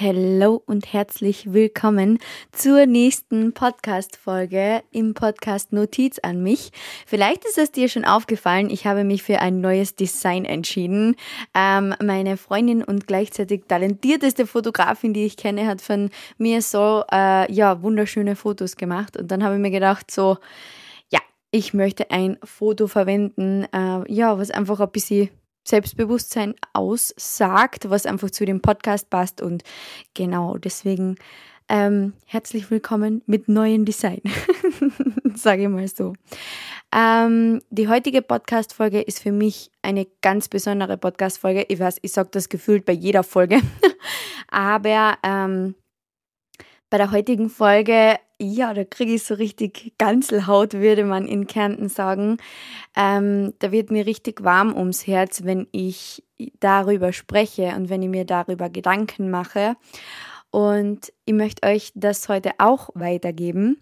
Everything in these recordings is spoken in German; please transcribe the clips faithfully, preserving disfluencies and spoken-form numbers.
Hallo und herzlich willkommen zur nächsten Podcast-Folge im Podcast Notiz an mich. Vielleicht ist es dir schon aufgefallen, ich habe mich für ein neues Design entschieden. Ähm, meine Freundin und gleichzeitig talentierteste Fotografin, die ich kenne, hat von mir so äh, ja, wunderschöne Fotos gemacht. Und dann habe ich mir gedacht, so, ja, ich möchte ein Foto verwenden, äh, ja, was einfach ein bisschen Selbstbewusstsein aussagt, was einfach zu dem Podcast passt und genau deswegen ähm, herzlich willkommen mit neuen Design, sage ich mal so. Ähm, die heutige Podcast-Folge ist für mich eine ganz besondere Podcast-Folge. Ich weiß, ich sage das gefühlt bei jeder Folge, aber ähm, bei der heutigen Folge, ja, da kriege ich so richtig Ganselhaut, würde man in Kärnten sagen. Ähm, da wird mir richtig warm ums Herz, wenn ich darüber spreche und wenn ich mir darüber Gedanken mache. Und ich möchte euch das heute auch weitergeben.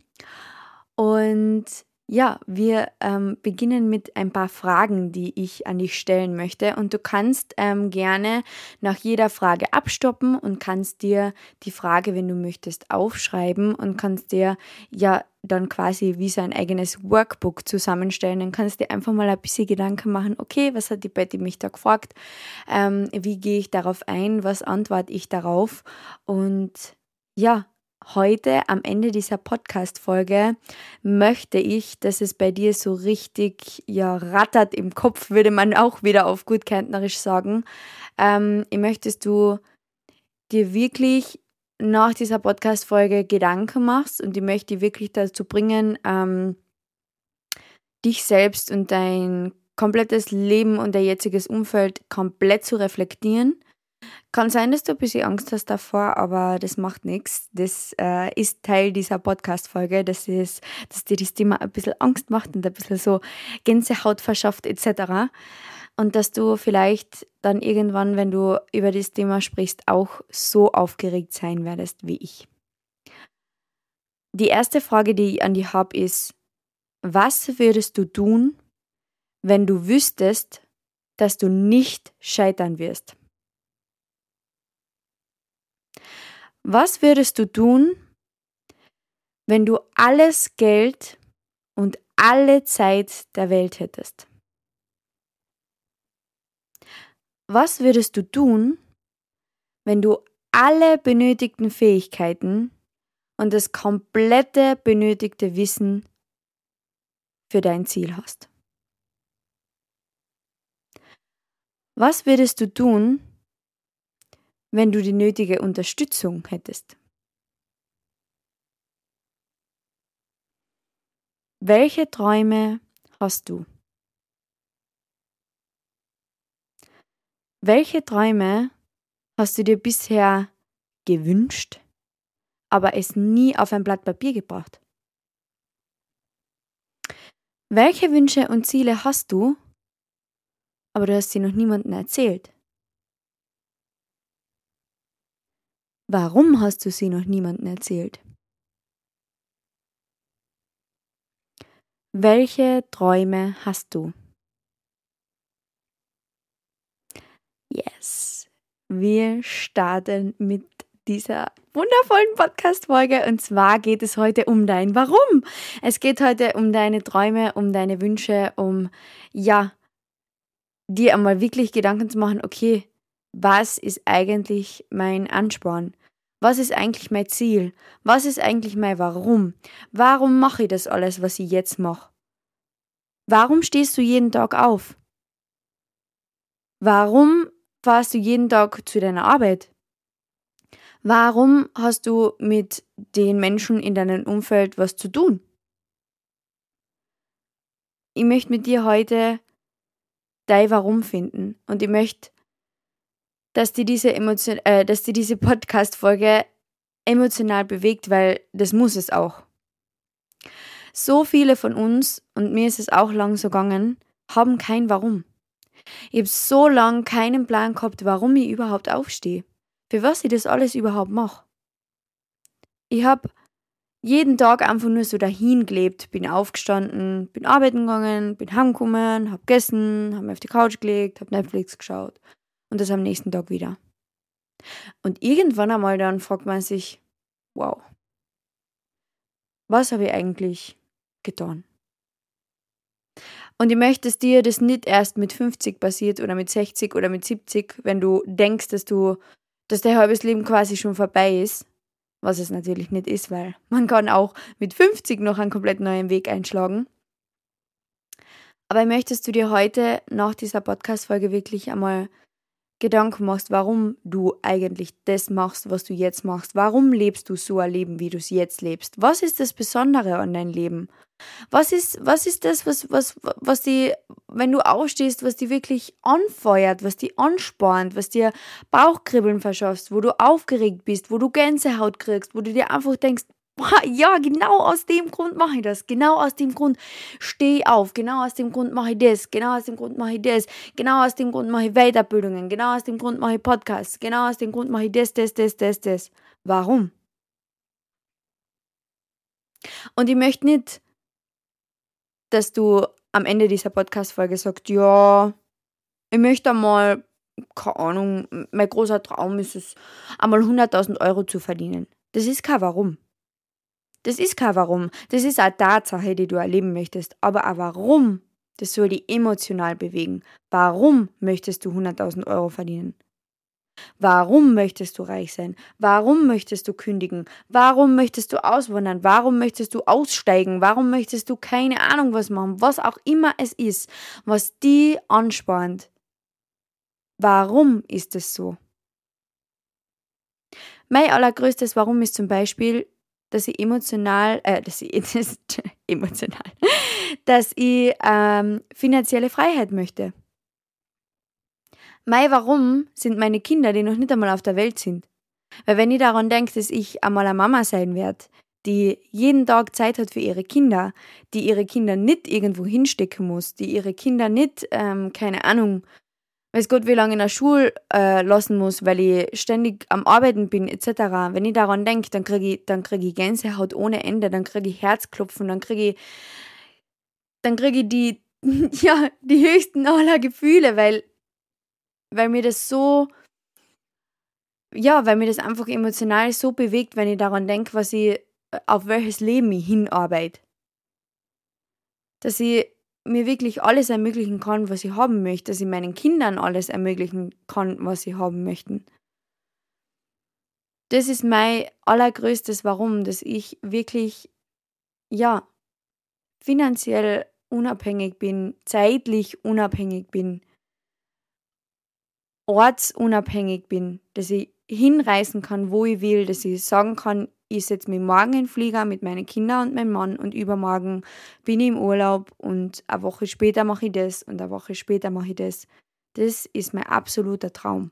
Und ja, wir ähm, beginnen mit ein paar Fragen, die ich an dich stellen möchte. Und du kannst ähm, gerne nach jeder Frage abstoppen und kannst dir die Frage, wenn du möchtest, aufschreiben und kannst dir ja dann quasi wie so ein eigenes Workbook zusammenstellen. Dann kannst du dir einfach mal ein bisschen Gedanken machen, okay, was hat die Betty mich da gefragt? Ähm, wie gehe ich darauf ein? Was antworte ich darauf? Und ja, heute am Ende dieser Podcast-Folge möchte ich, dass es bei dir so richtig ja, rattert im Kopf, würde man auch wieder auf gut kärntnerisch sagen. Ähm, ich möchte, dass du dir wirklich nach dieser Podcast-Folge Gedanken machst und ich möchte dich wirklich dazu bringen, ähm, dich selbst und dein komplettes Leben und dein jetziges Umfeld komplett zu reflektieren. Kann sein, dass du ein bisschen Angst hast davor, aber das macht nichts. Das äh, ist Teil dieser Podcast-Folge, dass, es, dass dir das Thema ein bisschen Angst macht und ein bisschen so Gänsehaut verschafft et cetera. Und dass du vielleicht dann irgendwann, wenn du über das Thema sprichst, auch so aufgeregt sein werdest wie ich. Die erste Frage, die ich an dich habe, ist, was würdest du tun, wenn du wüsstest, dass du nicht scheitern wirst? Was würdest du tun, wenn du alles Geld und alle Zeit der Welt hättest? Was würdest du tun, wenn du alle benötigten Fähigkeiten und das komplette benötigte Wissen für dein Ziel hast? Was würdest du tun, wenn du die nötige Unterstützung hättest? Welche Träume hast du? Welche Träume hast du dir bisher gewünscht, aber es nie auf ein Blatt Papier gebracht? Welche Wünsche und Ziele hast du, aber du hast sie noch niemandem erzählt? Warum hast du sie noch niemandem erzählt? Welche Träume hast du? Yes, wir starten mit dieser wundervollen Podcast-Folge und zwar geht es heute um dein Warum. Es geht heute um deine Träume, um deine Wünsche, um, ja, dir einmal wirklich Gedanken zu machen, okay, was ist eigentlich mein Ansporn? Was ist eigentlich mein Ziel? Was ist eigentlich mein Warum? Warum mache ich das alles, was ich jetzt mache? Warum stehst du jeden Tag auf? Warum fährst du jeden Tag zu deiner Arbeit? Warum hast du mit den Menschen in deinem Umfeld was zu tun? Ich möchte mit dir heute dein Warum finden und ich möchte, dass dir diese, Emotion, äh, dass dir diese Podcast-Folge emotional bewegt, weil das muss es auch. So viele von uns, und mir ist es auch lang so gegangen, haben kein Warum. Ich habe so lange keinen Plan gehabt, warum ich überhaupt aufstehe. Für was ich das alles überhaupt mache. Ich habe jeden Tag einfach nur so dahin gelebt. Bin aufgestanden, bin arbeiten gegangen, bin heimgekommen, hab gegessen, hab mich auf die Couch gelegt, hab Netflix geschaut. Und das am nächsten Tag wieder. Und irgendwann einmal dann fragt man sich, wow, was habe ich eigentlich getan? Und ich möchte, dass dir das nicht erst mit fünfzig passiert oder mit sechzig oder mit siebzig, wenn du denkst, dass du, dass dein halbes Leben quasi schon vorbei ist, was es natürlich nicht ist, weil man kann auch mit fünfzig noch einen komplett neuen Weg einschlagen. Aber ich möchte, dass du dir heute nach dieser Podcast-Folge wirklich einmal Gedanken machst, warum du eigentlich das machst, was du jetzt machst. Warum lebst du so ein Leben, wie du es jetzt lebst? Was ist das Besondere an deinem Leben? Was ist, was ist das, was, was, was die, wenn du aufstehst, was die wirklich anfeuert, was die anspornt, was dir Bauchkribbeln verschaffst, wo du aufgeregt bist, wo du Gänsehaut kriegst, wo du dir einfach denkst, "Boah, ja, genau aus dem Grund mache ich das, genau aus dem Grund stehe ich auf, genau aus dem Grund mache ich das, genau aus dem Grund mache ich das, genau aus dem Grund mache ich Weiterbildungen, genau aus dem Grund mache ich Podcasts, genau aus dem Grund mache ich das, das, das, das, das. Warum? Und ich möchte nicht, dass du am Ende dieser Podcast-Folge sagst, ja, ich möchte einmal, keine Ahnung, mein großer Traum ist es, einmal hunderttausend Euro zu verdienen. Das ist kein Warum. Das ist kein Warum. Das ist eine Tatsache, die du erleben möchtest. Aber ein Warum, das soll dich emotional bewegen. Warum möchtest du hunderttausend Euro verdienen? Warum möchtest du reich sein? Warum möchtest du kündigen? Warum möchtest du auswandern? Warum möchtest du aussteigen? Warum möchtest du keine Ahnung was machen? Was auch immer es ist, was die anspornt. Warum ist es so? Mein allergrößtes Warum ist zum Beispiel, dass ich emotional, äh, dass ich das, emotional, dass ich ähm, finanzielle Freiheit möchte. Mein Warum sind meine Kinder, die noch nicht einmal auf der Welt sind. Weil wenn ich daran denke, dass ich einmal eine Mama sein werde, die jeden Tag Zeit hat für ihre Kinder, die ihre Kinder nicht irgendwo hinstecken muss, die ihre Kinder nicht, ähm, keine Ahnung, weiß Gott, wie lange in der Schule äh, lassen muss, weil ich ständig am Arbeiten bin, et cetera. Wenn ich daran denke, dann kriege ich, dann krieg ich Gänsehaut ohne Ende, dann kriege ich Herzklopfen, dann kriege ich, dann kriege ich die, ja, die höchsten aller Gefühle, weil, weil mir das so, ja, weil mir das einfach emotional so bewegt, wenn ich daran denke, was ich, auf welches Leben ich hinarbeite. Dass ich mir wirklich alles ermöglichen kann, was ich haben möchte, dass ich meinen Kindern alles ermöglichen kann, was sie haben möchten. Das ist mein allergrößtes Warum, dass ich wirklich, ja, finanziell unabhängig bin, zeitlich unabhängig bin, ortsunabhängig bin, dass ich hinreisen kann, wo ich will, dass ich sagen kann, ich setze mich morgen in den Flieger mit meinen Kindern und meinem Mann und übermorgen bin ich im Urlaub und eine Woche später mache ich das und eine Woche später mache ich das. Das ist mein absoluter Traum.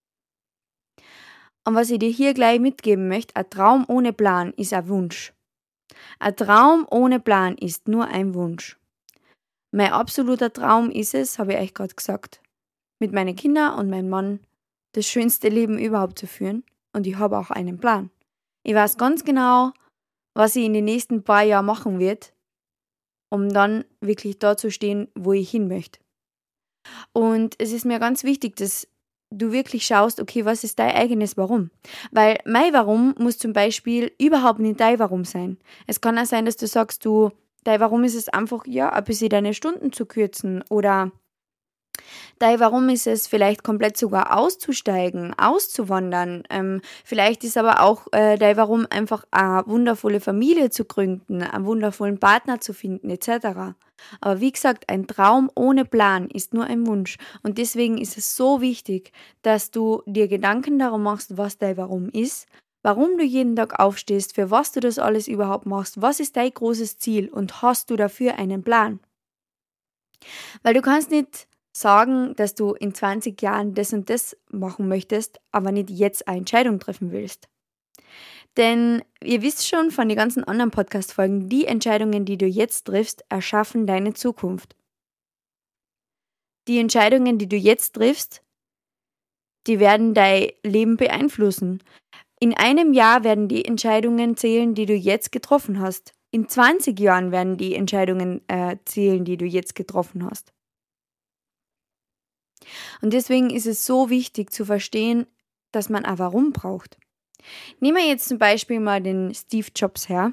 Und was ich dir hier gleich mitgeben möchte, ein Traum ohne Plan ist ein Wunsch. Ein Traum ohne Plan ist nur ein Wunsch. Mein absoluter Traum ist es, habe ich euch gerade gesagt, mit meinen Kindern und meinem Mann das schönste Leben überhaupt zu führen. Und ich habe auch einen Plan. Ich weiß ganz genau, was ich in den nächsten paar Jahren machen wird, um dann wirklich da zu stehen, wo ich hin möchte. Und es ist mir ganz wichtig, dass du wirklich schaust, okay, was ist dein eigenes Warum? Weil mein Warum muss zum Beispiel überhaupt nicht dein Warum sein. Es kann auch sein, dass du sagst, du, dein Warum ist es einfach, ja, ein bisschen deine Stunden zu kürzen oder dein Warum ist es vielleicht komplett sogar auszusteigen, auszuwandern. Ähm, vielleicht ist aber auch äh, dein Warum einfach eine wundervolle Familie zu gründen, einen wundervollen Partner zu finden et cetera. Aber wie gesagt, ein Traum ohne Plan ist nur ein Wunsch. Und deswegen ist es so wichtig, dass du dir Gedanken darum machst, was dein Warum ist, warum du jeden Tag aufstehst, für was du das alles überhaupt machst, was ist dein großes Ziel und hast du dafür einen Plan? Weil du kannst nicht sagen, dass du in zwanzig Jahren das und das machen möchtest, aber nicht jetzt eine Entscheidung treffen willst. Denn ihr wisst schon von den ganzen anderen Podcast-Folgen, die Entscheidungen, die du jetzt triffst, erschaffen deine Zukunft. Die Entscheidungen, die du jetzt triffst, die werden dein Leben beeinflussen. In einem Jahr werden die Entscheidungen zählen, die du jetzt getroffen hast. In zwanzig Jahren werden die Entscheidungen äh, zählen, die du jetzt getroffen hast. Und deswegen ist es so wichtig zu verstehen, dass man ein Warum braucht. Nehmen wir jetzt zum Beispiel mal den Steve Jobs her.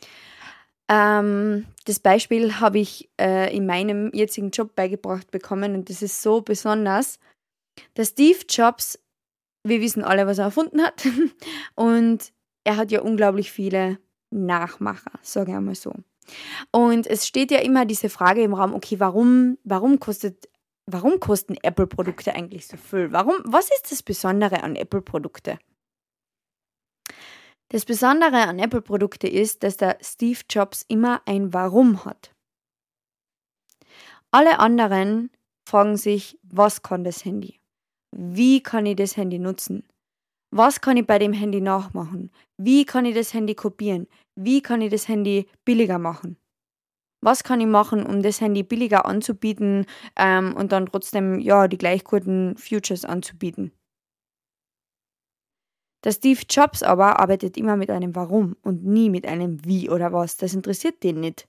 Ähm, das Beispiel habe ich äh, in meinem jetzigen Job beigebracht bekommen und das ist so besonders. Der Steve Jobs, wir wissen alle, was er erfunden hat und er hat ja unglaublich viele Nachmacher, sage ich einmal so. Und es steht ja immer diese Frage im Raum, okay, warum, warum kostet, warum kosten Apple-Produkte eigentlich so viel? Warum, was ist das Besondere an Apple-Produkte? Das Besondere an Apple-Produkte ist, dass der Steve Jobs immer ein Warum hat. Alle anderen fragen sich, was kann das Handy? Wie kann ich das Handy nutzen? Was kann ich bei dem Handy nachmachen? Wie kann ich das Handy kopieren? Wie kann ich das Handy billiger machen? Was kann ich machen, um das Handy billiger anzubieten ähm, und dann trotzdem ja die gleich guten Features anzubieten? Der Steve Jobs aber arbeitet immer mit einem Warum und nie mit einem Wie oder was. Das interessiert den nicht.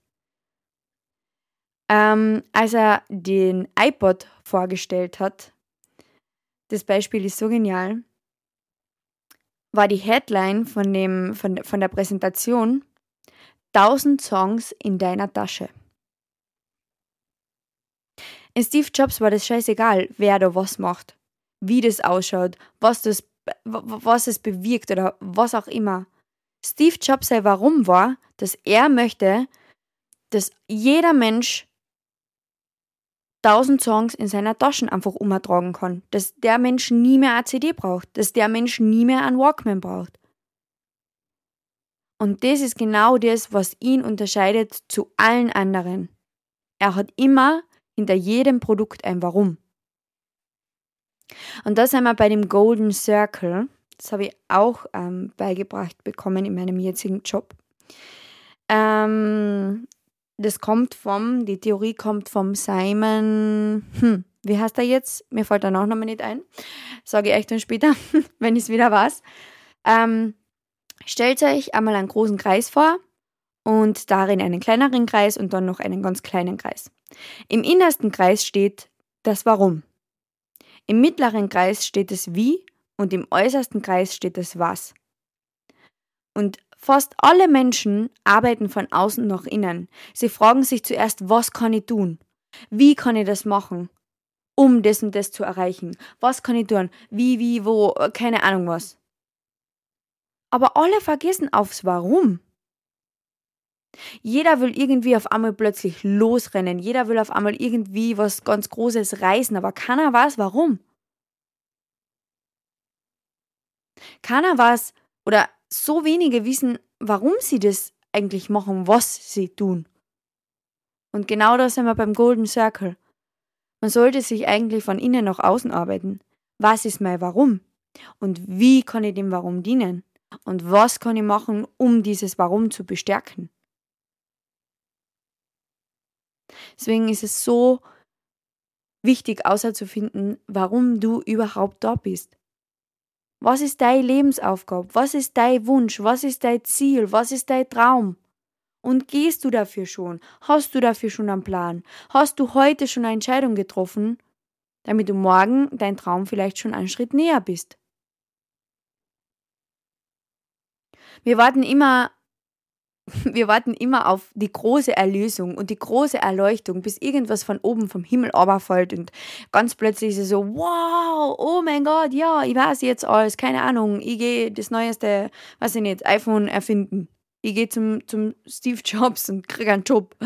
Ähm, als er den iPod vorgestellt hat, das Beispiel ist so genial, war die Headline von, dem, von, von der Präsentation tausend Songs in deiner Tasche. In Steve Jobs war das scheißegal, wer da was macht, wie das ausschaut, was, das, was es bewirkt oder was auch immer. Steve Jobs sein Warum war, dass er möchte, dass jeder Mensch tausend Songs in seiner Tasche einfach umtragen kann. Dass der Mensch nie mehr eine C D braucht. Dass der Mensch nie mehr einen Walkman braucht. Und das ist genau das, was ihn unterscheidet zu allen anderen. Er hat immer hinter jedem Produkt ein Warum. Und da sind wir bei dem Golden Circle. Das habe ich auch ähm, beigebracht bekommen in meinem jetzigen Job. Ähm, das kommt vom, die Theorie kommt vom Simon, hm, wie heißt er jetzt? Mir fällt der Nachname nicht ein. Sage ich euch dann später, wenn ich es wieder weiß. Ähm, stellt euch einmal einen großen Kreis vor und darin einen kleineren Kreis und dann noch einen ganz kleinen Kreis. Im innersten Kreis steht das Warum. Im mittleren Kreis steht das Wie und im äußersten Kreis steht das Was. Und fast alle Menschen arbeiten von außen nach innen. Sie fragen sich zuerst, was kann ich tun? Wie kann ich das machen, um das und das zu erreichen? Was kann ich tun? Wie, wie, wo, keine Ahnung was. Aber alle vergessen aufs Warum. Jeder will irgendwie auf einmal plötzlich losrennen. Jeder will auf einmal irgendwie was ganz Großes reißen, aber keiner weiß warum. Keiner weiß oder so wenige wissen, warum sie das eigentlich machen, was sie tun. Und genau da sind wir beim Golden Circle. Man sollte sich eigentlich von innen nach außen arbeiten. Was ist mein Warum? Und wie kann ich dem Warum dienen? Und was kann ich machen, um dieses Warum zu bestärken? Deswegen ist es so wichtig, herauszufinden, warum du überhaupt da bist. Was ist deine Lebensaufgabe? Was ist dein Wunsch? Was ist dein Ziel? Was ist dein Traum? Und gehst du dafür schon? Hast du dafür schon einen Plan? Hast du heute schon eine Entscheidung getroffen, damit du morgen dein Traum vielleicht schon einen Schritt näher bist? Wir warten immer Wir warten immer auf die große Erlösung und die große Erleuchtung, bis irgendwas von oben vom Himmel runterfällt und ganz plötzlich ist es so, wow, oh mein Gott, ja, ich weiß jetzt alles, keine Ahnung, ich gehe das neueste, weiß ich nicht, iPhone erfinden. Ich gehe zum, zum Steve Jobs und kriege einen Job.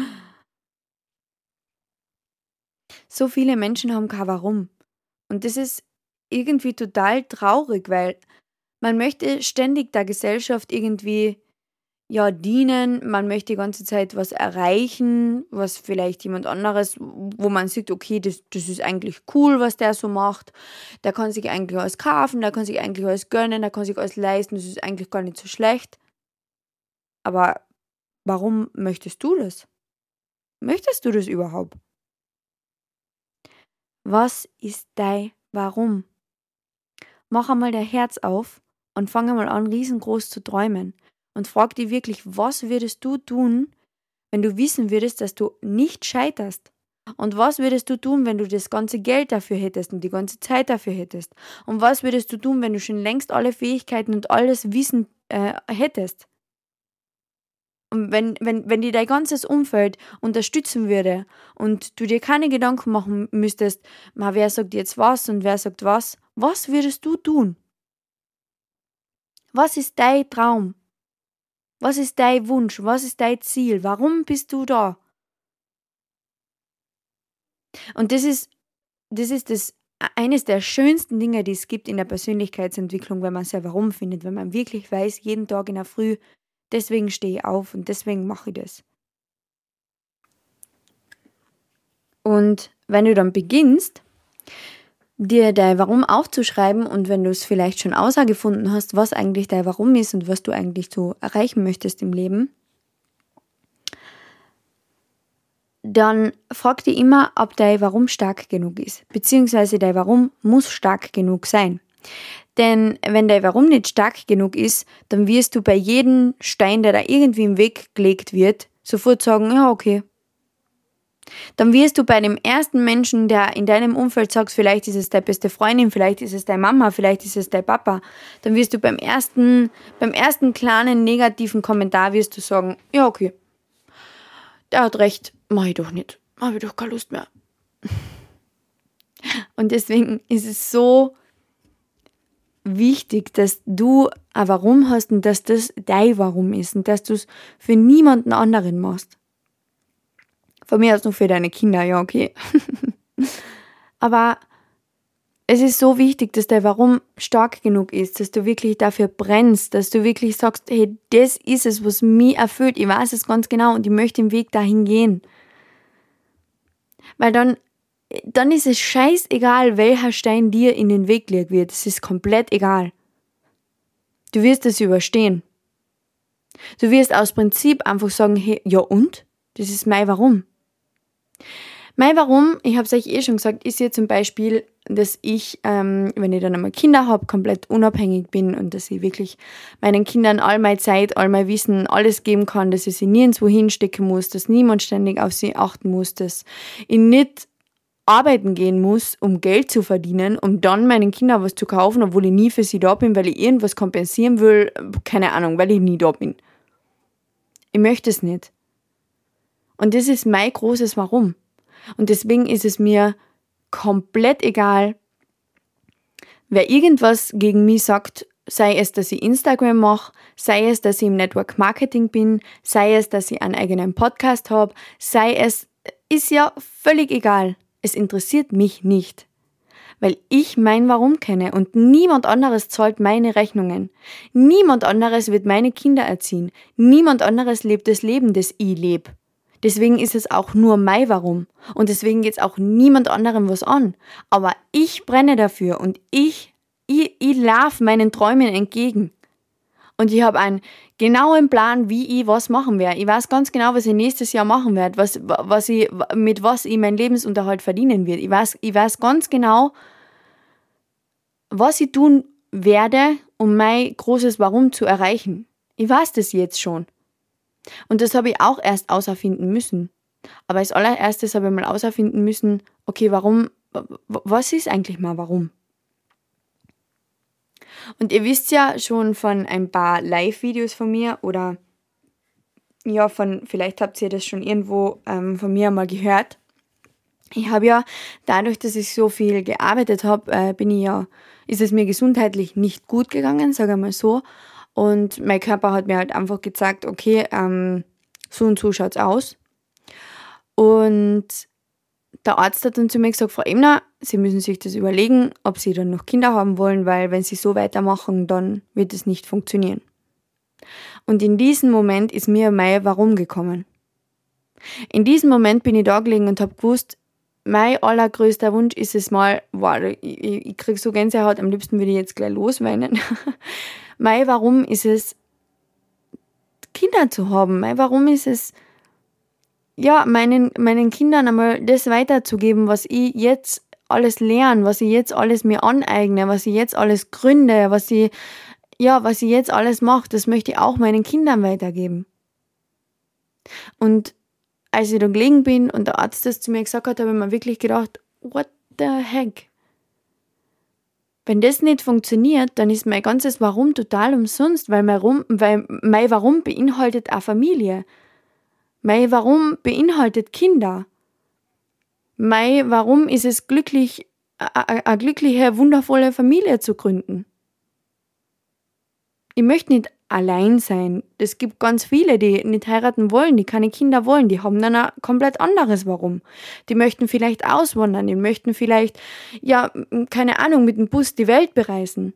So viele Menschen haben kein Warum. Und das ist irgendwie total traurig, weil man möchte ständig der Gesellschaft irgendwie ja, dienen, man möchte die ganze Zeit was erreichen, was vielleicht jemand anderes, wo man sieht, okay, das, das ist eigentlich cool, was der so macht. Der kann sich eigentlich alles kaufen, der kann sich eigentlich alles gönnen, der kann sich alles leisten, das ist eigentlich gar nicht so schlecht. Aber warum möchtest du das? Möchtest du das überhaupt? Was ist dein Warum? Mach einmal dein Herz auf und fang einmal an, riesengroß zu träumen. Und frag dich wirklich, was würdest du tun, wenn du wissen würdest, dass du nicht scheiterst? Und was würdest du tun, wenn du das ganze Geld dafür hättest und die ganze Zeit dafür hättest? Und was würdest du tun, wenn du schon längst alle Fähigkeiten und alles Wissen äh, hättest? Und wenn, wenn, wenn dir dein ganzes Umfeld unterstützen würde und du dir keine Gedanken machen müsstest, ma, wer sagt jetzt was und wer sagt was, was würdest du tun? Was ist dein Traum? Was ist dein Wunsch? Was ist dein Ziel? Warum bist du da? Und das ist, das ist das eines der schönsten Dinge, die es gibt in der Persönlichkeitsentwicklung, wenn man sein Warum findet, wenn man wirklich weiß, jeden Tag in der Früh, deswegen stehe ich auf und deswegen mache ich das. Und wenn du dann beginnst, dir dein Warum aufzuschreiben und wenn du es vielleicht schon herausgefunden hast, was eigentlich dein Warum ist und was du eigentlich so erreichen möchtest im Leben, dann frag dich immer, ob dein Warum stark genug ist. Beziehungsweise dein Warum muss stark genug sein. Denn wenn dein Warum nicht stark genug ist, dann wirst du bei jedem Stein, der da irgendwie im Weg gelegt wird, sofort sagen, ja, okay. Dann wirst du bei dem ersten Menschen, der in deinem Umfeld sagt, vielleicht ist es deine beste Freundin, vielleicht ist es deine Mama, vielleicht ist es dein Papa, dann wirst du beim ersten, beim ersten kleinen negativen Kommentar wirst du sagen, ja, okay, der hat recht, mach ich doch nicht, habe ich doch keine Lust mehr. Und deswegen ist es so wichtig, dass du ein Warum hast und dass das dein Warum ist und dass du es für niemanden anderen machst. Von mir aus nur für deine Kinder, ja, okay. Aber es ist so wichtig, dass dein Warum stark genug ist, dass du wirklich dafür brennst, dass du wirklich sagst, hey, das ist es, was mich erfüllt. Ich weiß es ganz genau und ich möchte den Weg dahin gehen. Weil dann, dann ist es scheißegal, welcher Stein dir in den Weg gelegt wird. Es ist komplett egal. Du wirst es überstehen. Du wirst aus Prinzip einfach sagen, hey, ja und? Das ist mein Warum. Mein Warum, ich habe es euch eh schon gesagt, ist ja zum Beispiel, dass ich, ähm, wenn ich dann einmal Kinder habe, komplett unabhängig bin und dass ich wirklich meinen Kindern all meine Zeit, all mein Wissen, alles geben kann, dass ich sie nirgendwo hinstecken muss, dass niemand ständig auf sie achten muss, dass ich nicht arbeiten gehen muss, um Geld zu verdienen, um dann meinen Kindern was zu kaufen, obwohl ich nie für sie da bin, weil ich irgendwas kompensieren will, keine Ahnung, weil ich nie da bin. Ich möchte es nicht. Und das ist mein großes Warum. Und deswegen ist es mir komplett egal, wer irgendwas gegen mich sagt, sei es, dass ich Instagram mache, sei es, dass ich im Network Marketing bin, sei es, dass ich einen eigenen Podcast habe, sei es, ist ja völlig egal. Es interessiert mich nicht, weil ich mein Warum kenne und niemand anderes zahlt meine Rechnungen. Niemand anderes wird meine Kinder erziehen. Niemand anderes lebt das Leben, das ich lebe. Deswegen ist es auch nur mein Warum. Und deswegen geht es auch niemand anderem was an. Aber ich brenne dafür und ich, ich, ich laufe meinen Träumen entgegen. Und ich habe einen genauen Plan, wie ich was machen werde. Ich weiß ganz genau, was ich nächstes Jahr machen werde, was, was ich, mit was ich meinen Lebensunterhalt verdienen werde. Ich weiß, ich weiß ganz genau, was ich tun werde, um mein großes Warum zu erreichen. Ich weiß das jetzt schon. Und das habe ich auch erst auserfinden müssen. Aber als allererstes habe ich mal auserfinden müssen, okay, warum, was ist eigentlich mal warum? Und ihr wisst ja schon von ein paar Live-Videos von mir oder ja, von, vielleicht habt ihr das schon irgendwo ähm, von mir mal gehört. Ich habe ja, dadurch, dass ich so viel gearbeitet habe, äh, bin ich ja, ist es mir gesundheitlich nicht gut gegangen, sage ich mal so. Und mein Körper hat mir halt einfach gezeigt, okay, ähm, so und so schaut's aus. Und der Arzt hat dann zu mir gesagt, Frau Ebner, Sie müssen sich das überlegen, ob Sie dann noch Kinder haben wollen, weil wenn Sie so weitermachen, dann wird es nicht funktionieren. Und in diesem Moment ist mir mein Warum gekommen. In diesem Moment bin ich da gelegen und habe gewusst, mein allergrößter Wunsch ist es mal, wow, ich, ich krieg so Gänsehaut, am liebsten würde ich jetzt gleich losweinen. Mein Warum ist es, Kinder zu haben. Mein Warum ist es, ja, meinen, meinen Kindern einmal das weiterzugeben, was ich jetzt alles lerne, was ich jetzt alles mir aneigne, was ich jetzt alles gründe, was ich, ja, was ich jetzt alles mache, das möchte ich auch meinen Kindern weitergeben. Und als ich da gelegen bin und der Arzt das zu mir gesagt hat, habe ich mir wirklich gedacht, what the heck? Wenn das nicht funktioniert, dann ist mein ganzes Warum total umsonst, weil mein, Warum, weil mein Warum beinhaltet auch Familie. Mein Warum beinhaltet Kinder. Mein Warum ist es glücklich, eine glückliche, wundervolle Familie zu gründen. Ich möchte nicht allein sein. Es gibt ganz viele, die nicht heiraten wollen, die keine Kinder wollen, die haben dann ein komplett anderes Warum. Die möchten vielleicht auswandern, die möchten vielleicht, ja, keine Ahnung, mit dem Bus die Welt bereisen.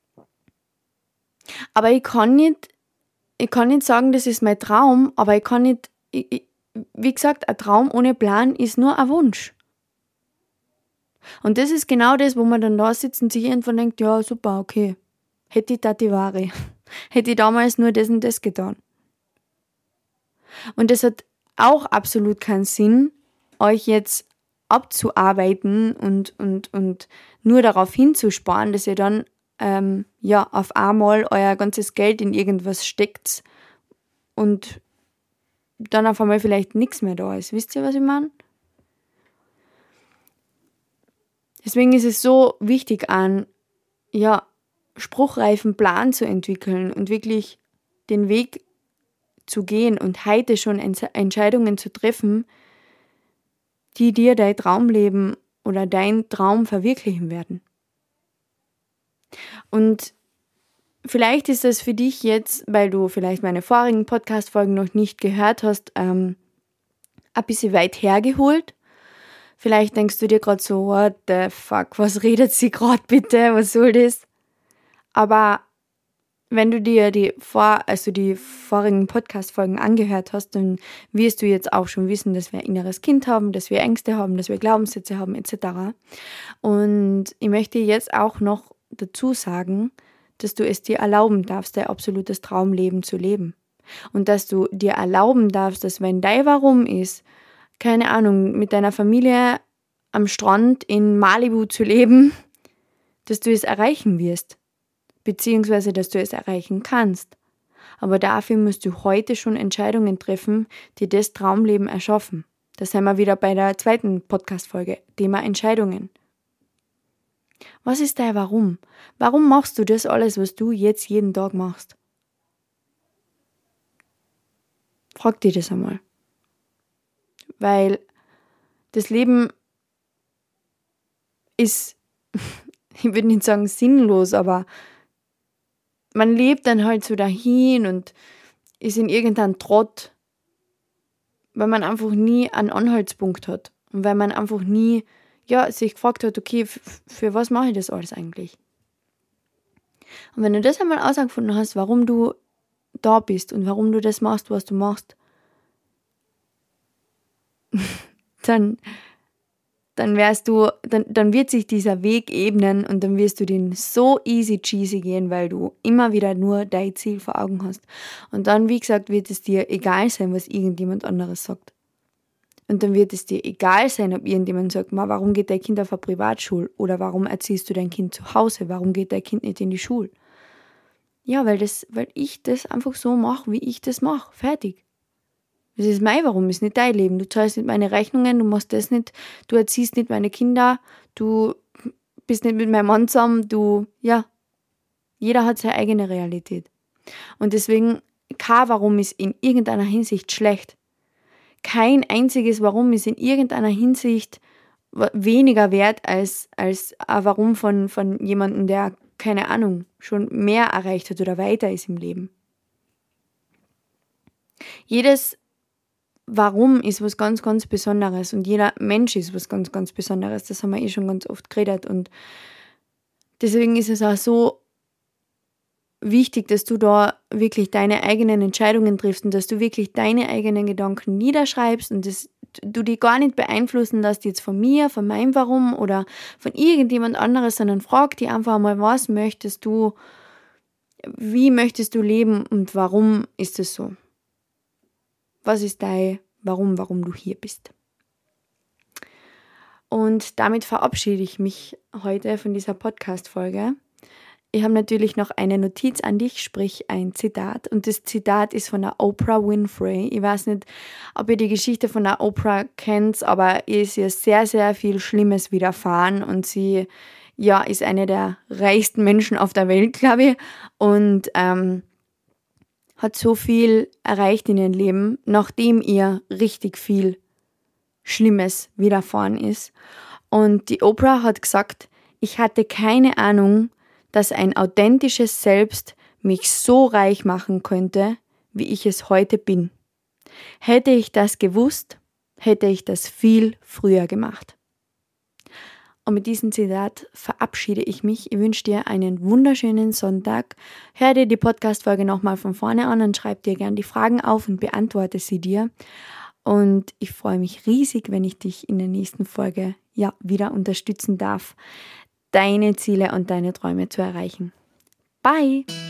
Aber ich kann nicht, ich kann nicht sagen, das ist mein Traum, aber ich kann nicht, ich, ich, wie gesagt, ein Traum ohne Plan ist nur ein Wunsch. Und das ist genau das, wo man dann da sitzt und sich irgendwann denkt, ja, super, okay, hätte ich das die Ware. Hätte ich damals nur das und das getan. Und das hat auch absolut keinen Sinn, euch jetzt abzuarbeiten und, und, und nur darauf hinzusparen, dass ihr dann ähm, ja, auf einmal euer ganzes Geld in irgendwas steckt und dann auf einmal vielleicht nichts mehr da ist. Wisst ihr, was ich meine? Deswegen ist es so wichtig, einen ja, spruchreifen Plan zu entwickeln und wirklich den Weg zu gehen und heute schon Entscheidungen zu treffen, die dir dein Traumleben oder dein Traum verwirklichen werden. Und vielleicht ist das für dich jetzt, weil du vielleicht meine vorigen Podcast-Folgen noch nicht gehört hast, ähm, ein bisschen weit hergeholt. Vielleicht denkst du dir gerade so, what the fuck, was redet sie gerade bitte, was soll das? Aber wenn du dir die, vor, also die vorigen Podcast-Folgen angehört hast, dann wirst du jetzt auch schon wissen, dass wir ein inneres Kind haben, dass wir Ängste haben, dass wir Glaubenssätze haben et cetera. Und ich möchte jetzt auch noch dazu sagen, dass du es dir erlauben darfst, dein absolutes Traumleben zu leben. Und dass du dir erlauben darfst, dass wenn dein Warum ist, keine Ahnung, mit deiner Familie am Strand in Malibu zu leben, dass du es erreichen wirst. Beziehungsweise, dass du es erreichen kannst. Aber dafür musst du heute schon Entscheidungen treffen, die das Traumleben erschaffen. Da sind wir wieder bei der zweiten Podcast-Folge, Thema Entscheidungen. Was ist dein Warum? Warum machst du das alles, was du jetzt jeden Tag machst? Frag dich das einmal. Weil das Leben ist, ich würde nicht sagen sinnlos, aber man lebt dann halt so dahin und ist in irgendeinem Trott, weil man einfach nie einen Anhaltspunkt hat und weil man einfach nie ja, sich gefragt hat, okay, f- für was mache ich das alles eigentlich? Und wenn du das einmal herausgefunden hast, warum du da bist und warum du das machst, was du machst, dann, dann wärst du, dann, dann wird sich dieser Weg ebnen und dann wirst du den so easy cheesy gehen, weil du immer wieder nur dein Ziel vor Augen hast. Und dann, wie gesagt, wird es dir egal sein, was irgendjemand anderes sagt. Und dann wird es dir egal sein, ob irgendjemand sagt, Ma, warum geht dein Kind auf eine Privatschule? Oder warum erziehst du dein Kind zu Hause? Warum geht dein Kind nicht in die Schule? Ja, weil, das, weil ich das einfach so mache, wie ich das mache. Fertig. Das ist mein Warum, ist nicht dein Leben. Du zahlst nicht meine Rechnungen, du machst das nicht, du erziehst nicht meine Kinder, du bist nicht mit meinem Mann zusammen, du, ja, jeder hat seine eigene Realität. Und deswegen, kein Warum ist in irgendeiner Hinsicht schlecht. Kein einziges Warum ist in irgendeiner Hinsicht weniger wert als, als ein Warum von, von jemandem, der, keine Ahnung, schon mehr erreicht hat oder weiter ist im Leben. Jedes Warum ist was ganz, ganz Besonderes und jeder Mensch ist was ganz, ganz Besonderes. Das haben wir eh schon ganz oft geredet und deswegen ist es auch so wichtig, dass du da wirklich deine eigenen Entscheidungen triffst und dass du wirklich deine eigenen Gedanken niederschreibst und dass du die gar nicht beeinflussen lässt jetzt von mir, von meinem Warum oder von irgendjemand anderes, sondern frag dich einfach mal, was möchtest du, wie möchtest du leben und warum ist es so? Was ist dein Warum, warum du hier bist? Und damit verabschiede ich mich heute von dieser Podcast-Folge. ich habe natürlich noch eine Notiz an dich, sprich ein Zitat. Und das Zitat ist von der Oprah Winfrey. Ich weiß nicht, ob ihr die Geschichte von der Oprah kennt, aber ihr ist ihr sehr, sehr viel Schlimmes widerfahren. Und sie ja, ist eine der reichsten Menschen auf der Welt, glaube ich. Und ähm, hat so viel erreicht in ihrem Leben, nachdem ihr richtig viel Schlimmes widerfahren ist. Und die Oprah hat gesagt, ich hatte keine Ahnung, dass ein authentisches Selbst mich so reich machen könnte, wie ich es heute bin. Hätte ich das gewusst, hätte ich das viel früher gemacht. Und mit diesem Zitat verabschiede ich mich. Ich wünsche dir einen wunderschönen Sonntag. Hör dir die Podcast-Folge nochmal von vorne an und schreib dir gerne die Fragen auf und beantworte sie dir. Und ich freue mich riesig, wenn ich dich in der nächsten Folge ja wieder unterstützen darf, deine Ziele und deine Träume zu erreichen. Bye!